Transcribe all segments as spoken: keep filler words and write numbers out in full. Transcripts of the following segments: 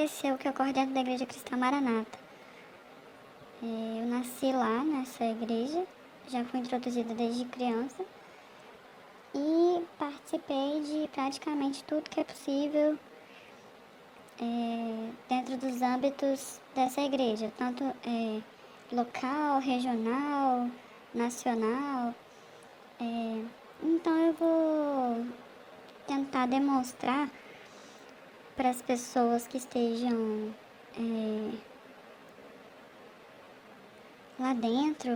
esclarecer o que ocorre dentro da Igreja Cristã Maranata. É, eu nasci lá nessa igreja, já fui introduzida desde criança e participei de praticamente tudo que é possível é, dentro dos âmbitos dessa igreja, tanto é, local, regional, nacional. É, então eu vou tentar demonstrar para as pessoas que estejam é, lá dentro,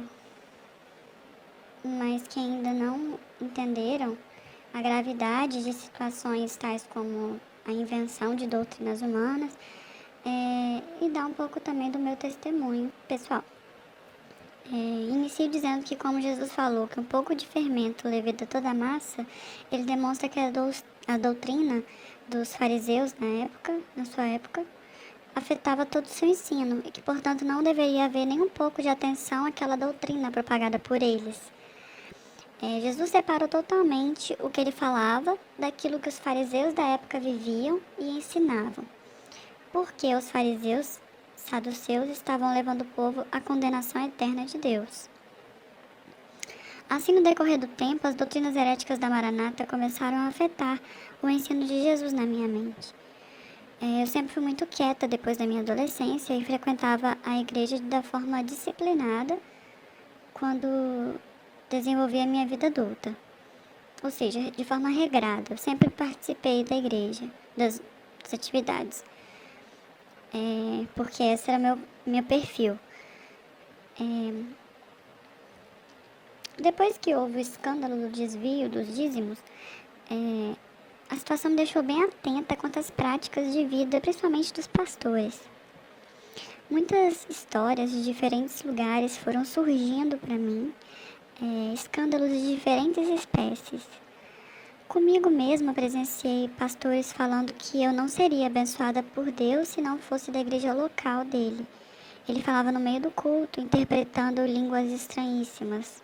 mas que ainda não entenderam a gravidade de situações tais como a invenção de doutrinas humanas, é, e dar um pouco também do meu testemunho pessoal. É, inicio dizendo que, como Jesus falou, que um pouco de fermento leveda toda a massa, ele demonstra que a, dou a doutrina dos fariseus na época, na sua época, afetava todo o seu ensino e que, portanto, não deveria haver nem um pouco de atenção àquela doutrina propagada por eles. É, Jesus separou totalmente o que ele falava daquilo que os fariseus da época viviam e ensinavam. Porque os fariseus saduceus estavam levando o povo à condenação eterna de Deus. Assim, no decorrer do tempo, as doutrinas heréticas da Maranata começaram a afetar o ensino de Jesus na minha mente. É, eu sempre fui muito quieta depois da minha adolescência e frequentava a igreja da forma disciplinada quando desenvolvi a minha vida adulta. Ou seja, de forma regrada. Eu sempre participei da igreja, das, das atividades. É, porque esse era meu, meu perfil. É, depois que houve o escândalo do desvio dos dízimos, é, a situação me deixou bem atenta quanto às práticas de vida, principalmente dos pastores. Muitas histórias de diferentes lugares foram surgindo para mim, é, escândalos de diferentes espécies. Comigo mesma presenciei pastores falando que eu não seria abençoada por Deus se não fosse da igreja local dele. Ele falava no meio do culto, interpretando línguas estranhíssimas,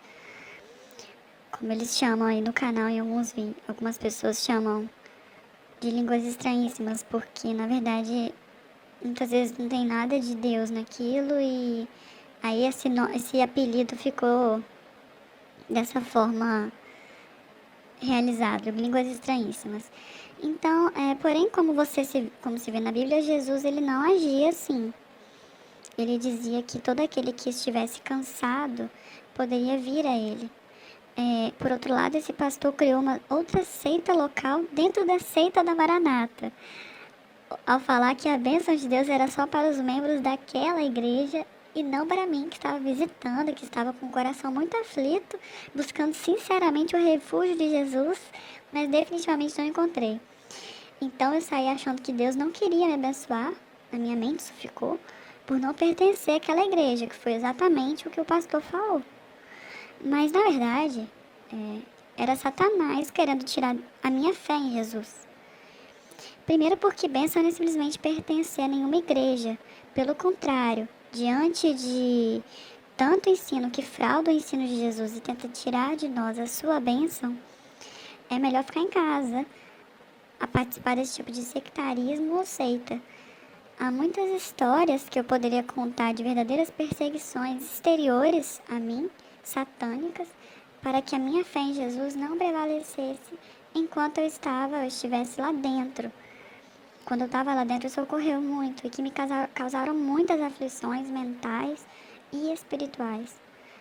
como eles chamam aí no canal, em alguns vídeos, algumas pessoas chamam de línguas estranhíssimas, porque na verdade muitas vezes não tem nada de Deus naquilo e aí esse, no, esse apelido ficou dessa forma realizado, línguas estranhíssimas. Então, é, porém, como você se, como se vê na Bíblia, Jesus ele não agia assim. Ele dizia que todo aquele que estivesse cansado poderia vir a ele. É, por outro lado, esse pastor criou uma outra seita local dentro da seita da Maranata, ao falar que a bênção de Deus era só para os membros daquela igreja e não para mim, que estava visitando, que estava com o coração muito aflito, buscando sinceramente o refúgio de Jesus, mas definitivamente não encontrei. Então eu saí achando que Deus não queria me abençoar, a minha mente isso ficou, por não pertencer àquela igreja, que foi exatamente o que o pastor falou. Mas na verdade, é, era Satanás querendo tirar a minha fé em Jesus. Primeiro porque bênção não é simplesmente pertencer a nenhuma igreja. Pelo contrário, diante de tanto ensino que frauda o ensino de Jesus e tenta tirar de nós a sua bênção, é melhor ficar em casa a participar desse tipo de sectarismo ou seita. Há muitas histórias que eu poderia contar de verdadeiras perseguições exteriores a mim, satânicas, para que a minha fé em Jesus não prevalecesse enquanto eu estava, eu estivesse lá dentro. Quando eu estava lá dentro, isso ocorreu muito e que me causaram muitas aflições mentais e espirituais.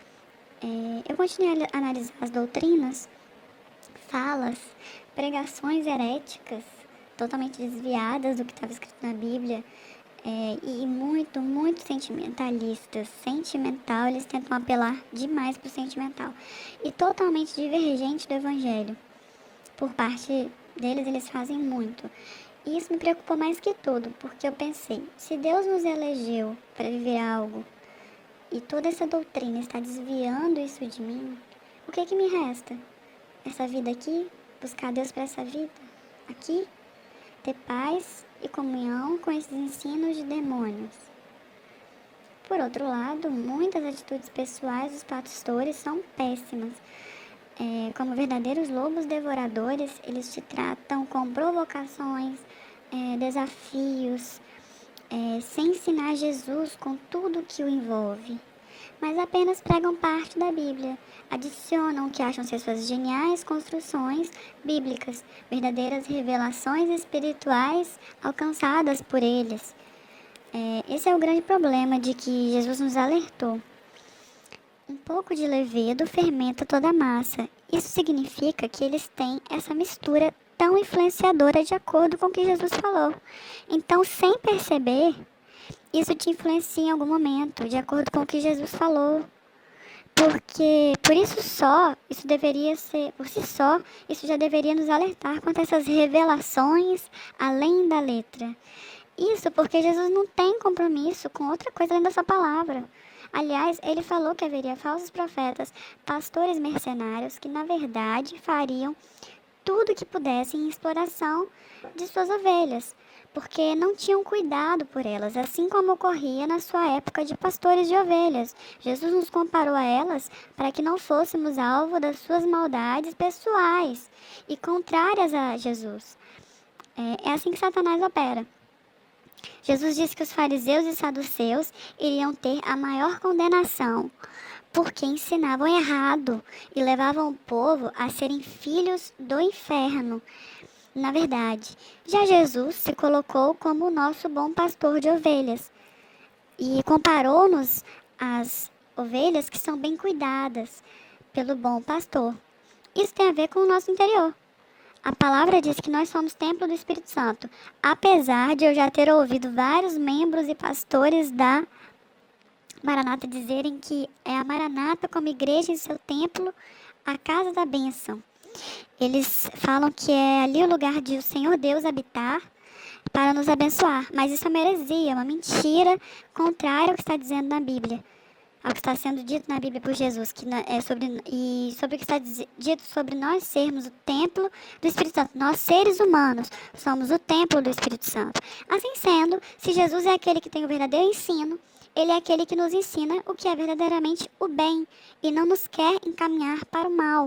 É, eu continuei a analisar as doutrinas, falas, pregações heréticas, totalmente desviadas do que estava escrito na Bíblia, é, e muito, muito sentimentalistas. Sentimental, eles tentam apelar demais para o sentimental. E totalmente divergente do Evangelho. Por parte deles, eles fazem muito. E isso me preocupou mais que tudo, porque eu pensei, se Deus nos elegeu para viver algo e toda essa doutrina está desviando isso de mim, o que que me resta? Essa vida aqui? Buscar Deus para essa vida? Aqui? Ter paz e comunhão com esses ensinos de demônios? Por outro lado, muitas atitudes pessoais dos pastores são péssimas. É, como verdadeiros lobos devoradores, eles te tratam com provocações, é, desafios, é, sem ensinar Jesus com tudo que o envolve, mas apenas pregam parte da Bíblia, adicionam o que acham ser suas geniais construções bíblicas, verdadeiras revelações espirituais alcançadas por eles. É, esse é o grande problema de que Jesus nos alertou. Um pouco de levedo fermenta toda a massa. Isso significa que eles têm essa mistura tão influenciadora de acordo com o que Jesus falou. Então, sem perceber, isso te influencia em algum momento, de acordo com o que Jesus falou. Porque, por isso só, isso deveria ser, por si só, isso já deveria nos alertar quanto a essas revelações além da letra. Isso porque Jesus não tem compromisso com outra coisa além da sua palavra. Aliás, ele falou que haveria falsos profetas, pastores mercenários, que na verdade fariam tudo o que pudessem em exploração de suas ovelhas, porque não tinham cuidado por elas, assim como ocorria na sua época de pastores de ovelhas. Jesus nos comparou a elas para que não fôssemos alvo das suas maldades pessoais e contrárias a Jesus. É, é assim que Satanás opera. Jesus disse que os fariseus e saduceus iriam ter a maior condenação, porque ensinavam errado e levavam o povo a serem filhos do inferno. Na verdade, já Jesus se colocou como o nosso bom pastor de ovelhas e comparou-nos às ovelhas que são bem cuidadas pelo bom pastor. Isso tem a ver com o nosso interior. A palavra diz que nós somos templo do Espírito Santo, apesar de eu já ter ouvido vários membros e pastores da Maranata dizerem que é a Maranata como igreja em seu templo, a casa da bênção. Eles falam que é ali o lugar de o Senhor Deus habitar para nos abençoar, mas isso é uma heresia, uma mentira contrária ao que está dizendo na Bíblia. Ao que está sendo dito na Bíblia por Jesus, que é sobre, e sobre o que está dito sobre nós sermos o templo do Espírito Santo. Nós, seres humanos, somos o templo do Espírito Santo. Assim sendo, se Jesus é aquele que tem o verdadeiro ensino, ele é aquele que nos ensina o que é verdadeiramente o bem e não nos quer encaminhar para o mal.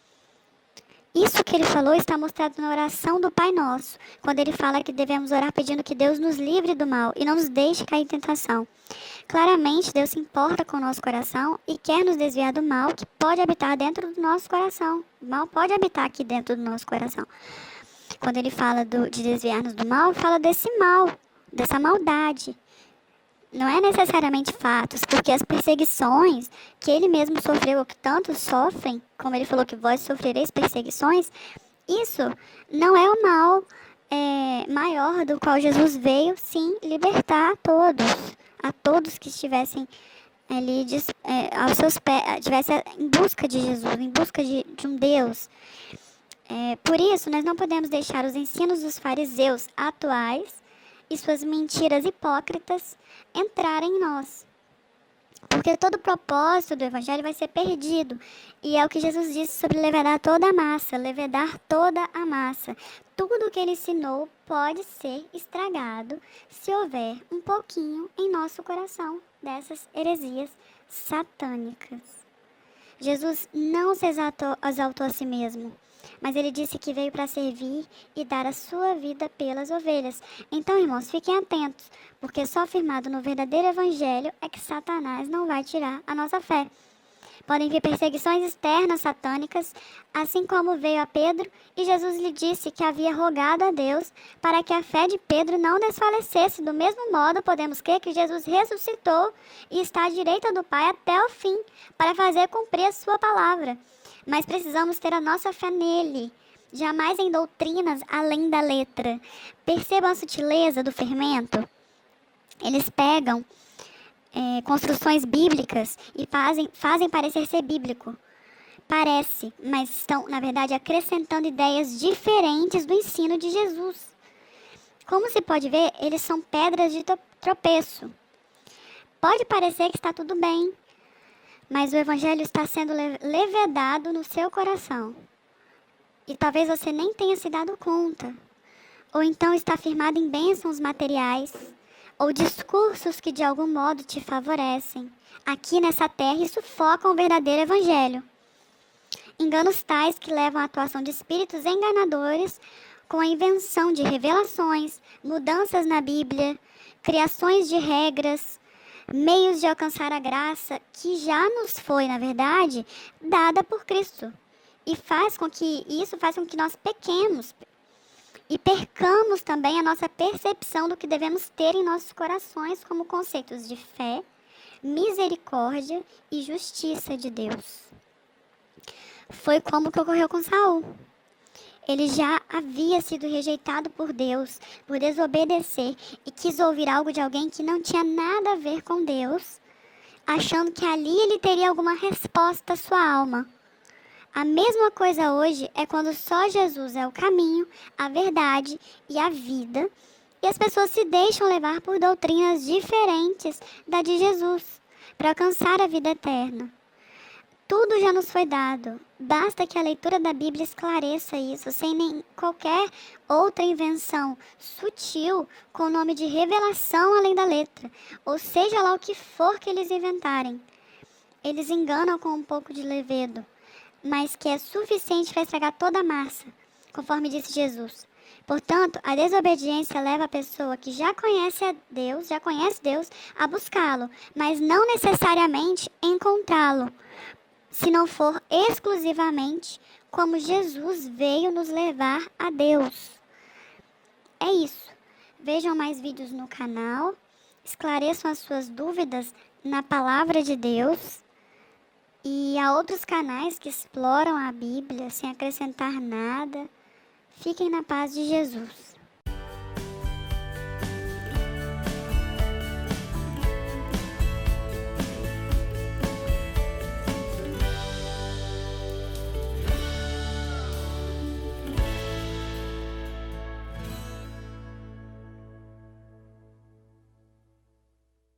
Isso que ele falou está mostrado na oração do Pai Nosso, quando ele fala que devemos orar pedindo que Deus nos livre do mal e não nos deixe cair em tentação. Claramente, Deus se importa com o nosso coração e quer nos desviar do mal que pode habitar dentro do nosso coração. O mal pode habitar aqui dentro do nosso coração. Quando ele fala do, de desviar-nos do mal, fala desse mal, dessa maldade. Não é necessariamente fatos, porque as perseguições que ele mesmo sofreu, ou que tantos sofrem, como ele falou que vós sofrereis perseguições, isso não é o mal é, maior do qual Jesus veio, sim, libertar a todos, a todos que estivessem ali é, aos seus pés, estivessem em busca de Jesus, em busca de, de um Deus. É, por isso, nós não podemos deixar os ensinos dos fariseus atuais e suas mentiras hipócritas entrarem em nós. Porque todo o propósito do Evangelho vai ser perdido. E é o que Jesus disse sobre levedar toda a massa, levedar toda a massa. Tudo o que ele ensinou pode ser estragado se houver um pouquinho em nosso coração dessas heresias satânicas. Jesus não se exaltou, exaltou a si mesmo, mas ele disse que veio para servir e dar a sua vida pelas ovelhas. Então, irmãos, fiquem atentos, porque só firmado no verdadeiro evangelho é que Satanás não vai tirar a nossa fé. Podem vir perseguições externas satânicas, assim como veio a Pedro, e Jesus lhe disse que havia rogado a Deus para que a fé de Pedro não desfalecesse. Do mesmo modo, podemos crer que Jesus ressuscitou e está à direita do Pai até o fim, para fazer cumprir a sua palavra. Mas precisamos ter a nossa fé nele, jamais em doutrinas além da letra. Percebam a sutileza do fermento? Eles pegam é, construções bíblicas e fazem, fazem parecer ser bíblico. Parece, mas estão, na verdade, acrescentando ideias diferentes do ensino de Jesus. Como se pode ver, eles são pedras de tropeço. Pode parecer que está tudo bem, mas o evangelho está sendo levedado no seu coração. E talvez você nem tenha se dado conta. Ou então está firmado em bênçãos materiais, ou discursos que de algum modo te favorecem, aqui nessa terra, e sufocam o verdadeiro evangelho. Enganos tais que levam à atuação de espíritos enganadores com a invenção de revelações, mudanças na Bíblia, criações de regras, meios de alcançar a graça que já nos foi, na verdade, dada por Cristo. E faz com que isso faz com que nós pequemos e percamos também a nossa percepção do que devemos ter em nossos corações como conceitos de fé, misericórdia e justiça de Deus. Foi como que ocorreu com Saul. Ele já havia sido rejeitado por Deus, por desobedecer, e quis ouvir algo de alguém que não tinha nada a ver com Deus, achando que ali ele teria alguma resposta à sua alma. A mesma coisa hoje é quando só Jesus é o caminho, a verdade e a vida, e as pessoas se deixam levar por doutrinas diferentes da de Jesus, para alcançar a vida eterna. Tudo já nos foi dado, basta que a leitura da Bíblia esclareça isso, sem nem qualquer outra invenção sutil com o nome de revelação além da letra, ou seja lá o que for que eles inventarem. Eles enganam com um pouco de levedo, mas que é suficiente para estragar toda a massa, conforme disse Jesus. Portanto, a desobediência leva a pessoa que já conhece a Deus, já conhece Deus, a buscá-lo, mas não necessariamente encontrá-lo, se não for exclusivamente como Jesus veio nos levar a Deus. É isso. Vejam mais vídeos no canal, esclareçam as suas dúvidas na palavra de Deus. E há outros canais que exploram a Bíblia sem acrescentar nada. Fiquem na paz de Jesus.